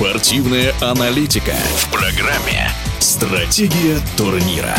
Спортивная аналитика в программе «Стратегия турнира».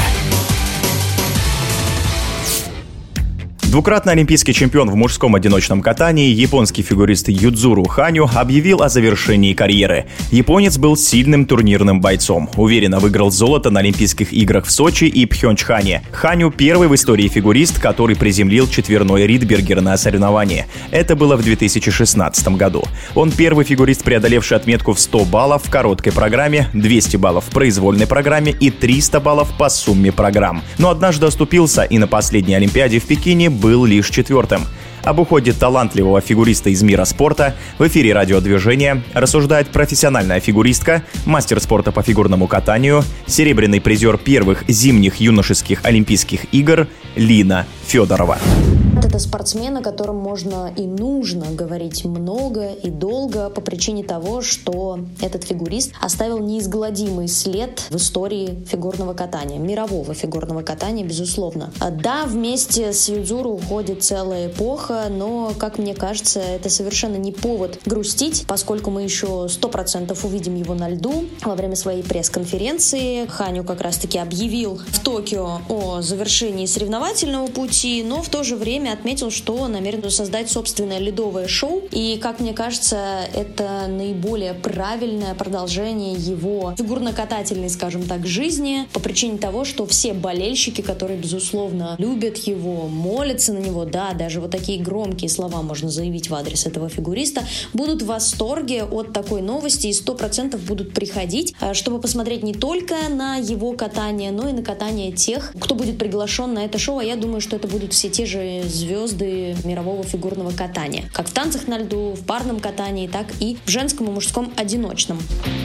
Двукратный олимпийский чемпион в мужском одиночном катании, японский фигурист Юдзуру Ханю объявил о завершении карьеры. Японец был сильным турнирным бойцом. Уверенно выиграл золото на Олимпийских играх в Сочи и Пхёнчхане. Ханю первый в истории фигурист, который приземлил четверной Ридбергер на соревновании. Это было в 2016 году. Он первый фигурист, преодолевший отметку в 100 баллов в короткой программе, 200 баллов в произвольной программе и 300 баллов по сумме программ. Но однажды оступился и на последней Олимпиаде в Пекине был лишь четвертым. Об уходе талантливого фигуриста из мира спорта в эфире радиодвижения рассуждает профессиональная фигуристка, мастер спорта по фигурному катанию, серебряный призер первых зимних юношеских Олимпийских игр Лина Федорова. Это спортсмен, о котором можно и нужно говорить много и долго по причине того, что этот фигурист оставил неизгладимый след в истории фигурного катания, мирового фигурного катания, безусловно. Да, вместе с Юдзуру уходит целая эпоха, но, как мне кажется, это совершенно не повод грустить, поскольку мы еще 100% увидим его на льду. Во время своей пресс-конференции Ханю как раз-таки объявил в Токио о завершении соревновательного пути, но в то же время отметил, что намерен создать собственное ледовое шоу. И, как мне кажется, это наиболее правильное продолжение его фигурно-катательной, скажем так, жизни, по причине того, что все болельщики, которые, безусловно, любят его, молятся на него, да, даже вот такие громкие слова можно заявить в адрес этого фигуриста, будут в восторге от такой новости и 100% будут приходить, чтобы посмотреть не только на его катание, но и на катание тех, кто будет приглашен на это шоу. А я думаю, что это будут все те же звезды мирового фигурного катания. Как в танцах на льду, в парном катании, так и в женском и мужском одиночном.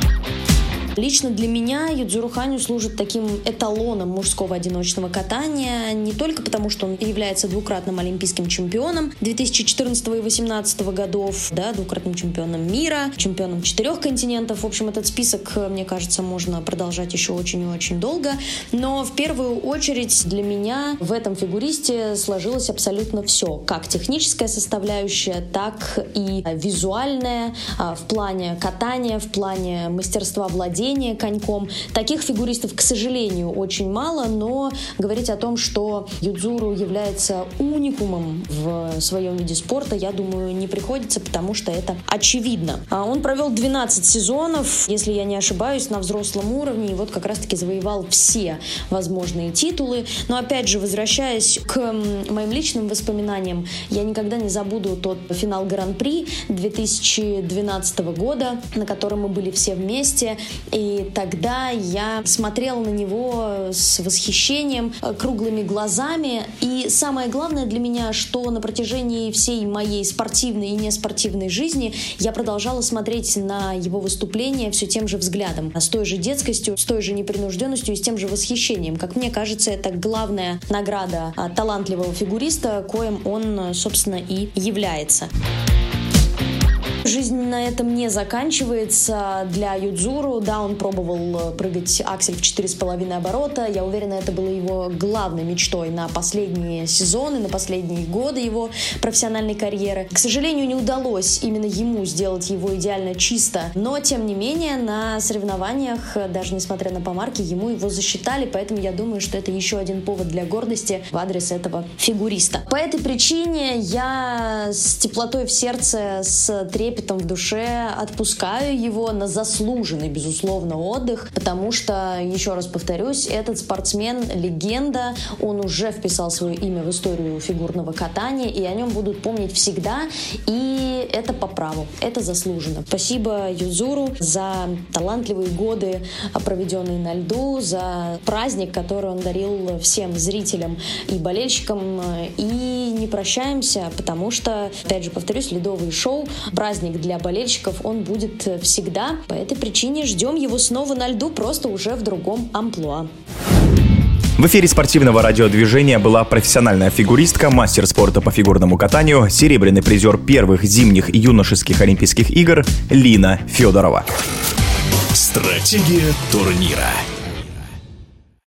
Лично для меня Юдзуру Ханю служит таким эталоном мужского одиночного катания не только потому, что он является двукратным олимпийским чемпионом 2014 и 2018 годов, да, двукратным чемпионом мира, чемпионом 4 континентов. В общем, этот список, мне кажется, можно продолжать еще очень и очень долго. Но в первую очередь для меня в этом фигуристе сложилось абсолютно все. Как техническая составляющая, так и визуальная в плане катания, в плане мастерства владения коньком. Таких фигуристов, к сожалению, очень мало, но говорить о том, что Юдзуру является уникумом в своем виде спорта, я думаю, не приходится, потому что это очевидно. Он провел 12 сезонов, если я не ошибаюсь, на взрослом уровне, и вот как раз-таки завоевал все возможные титулы. Но опять же, возвращаясь к моим личным воспоминаниям, я никогда не забуду тот финал Гран-при 2012 года, на котором мы были все вместе. И тогда я смотрела на него с восхищением, круглыми глазами. И самое главное для меня, что на протяжении всей моей спортивной и неспортивной жизни я продолжала смотреть на его выступления все тем же взглядом, с той же детскостью, с той же непринужденностью и с тем же восхищением. Как мне кажется, это главная награда талантливого фигуриста, коим он, собственно, и является. Жизнь на этом не заканчивается для Юдзуру. Да, он пробовал прыгать аксель в 4,5 оборота. Я уверена, это было его главной мечтой на последние сезоны, на последние годы его профессиональной карьеры. К сожалению, не удалось именно ему сделать его идеально чисто. Но, тем не менее, на соревнованиях, даже несмотря на помарки, ему его засчитали. Поэтому я думаю, что это еще один повод для гордости в адрес этого фигуриста. По этой причине я с теплотой в сердце, с трепетом в душе отпускаю его на заслуженный, безусловно, отдых, потому что, еще раз повторюсь, этот спортсмен — легенда, он уже вписал свое имя в историю фигурного катания, и о нем будут помнить всегда, и это по праву, это заслуженно. Спасибо Юдзуру за талантливые годы, проведенные на льду, за праздник, который он дарил всем зрителям и болельщикам, и не прощаемся, потому что, опять же, повторюсь, ледовые шоу, праздник для болельщиков, он будет всегда. По этой причине ждем его снова на льду, просто уже в другом амплуа. В эфире спортивного радиодвижения была профессиональная фигуристка, мастер спорта по фигурному катанию, серебряный призер первых зимних и юношеских Олимпийских игр Лина Федорова. Стратегия турнира.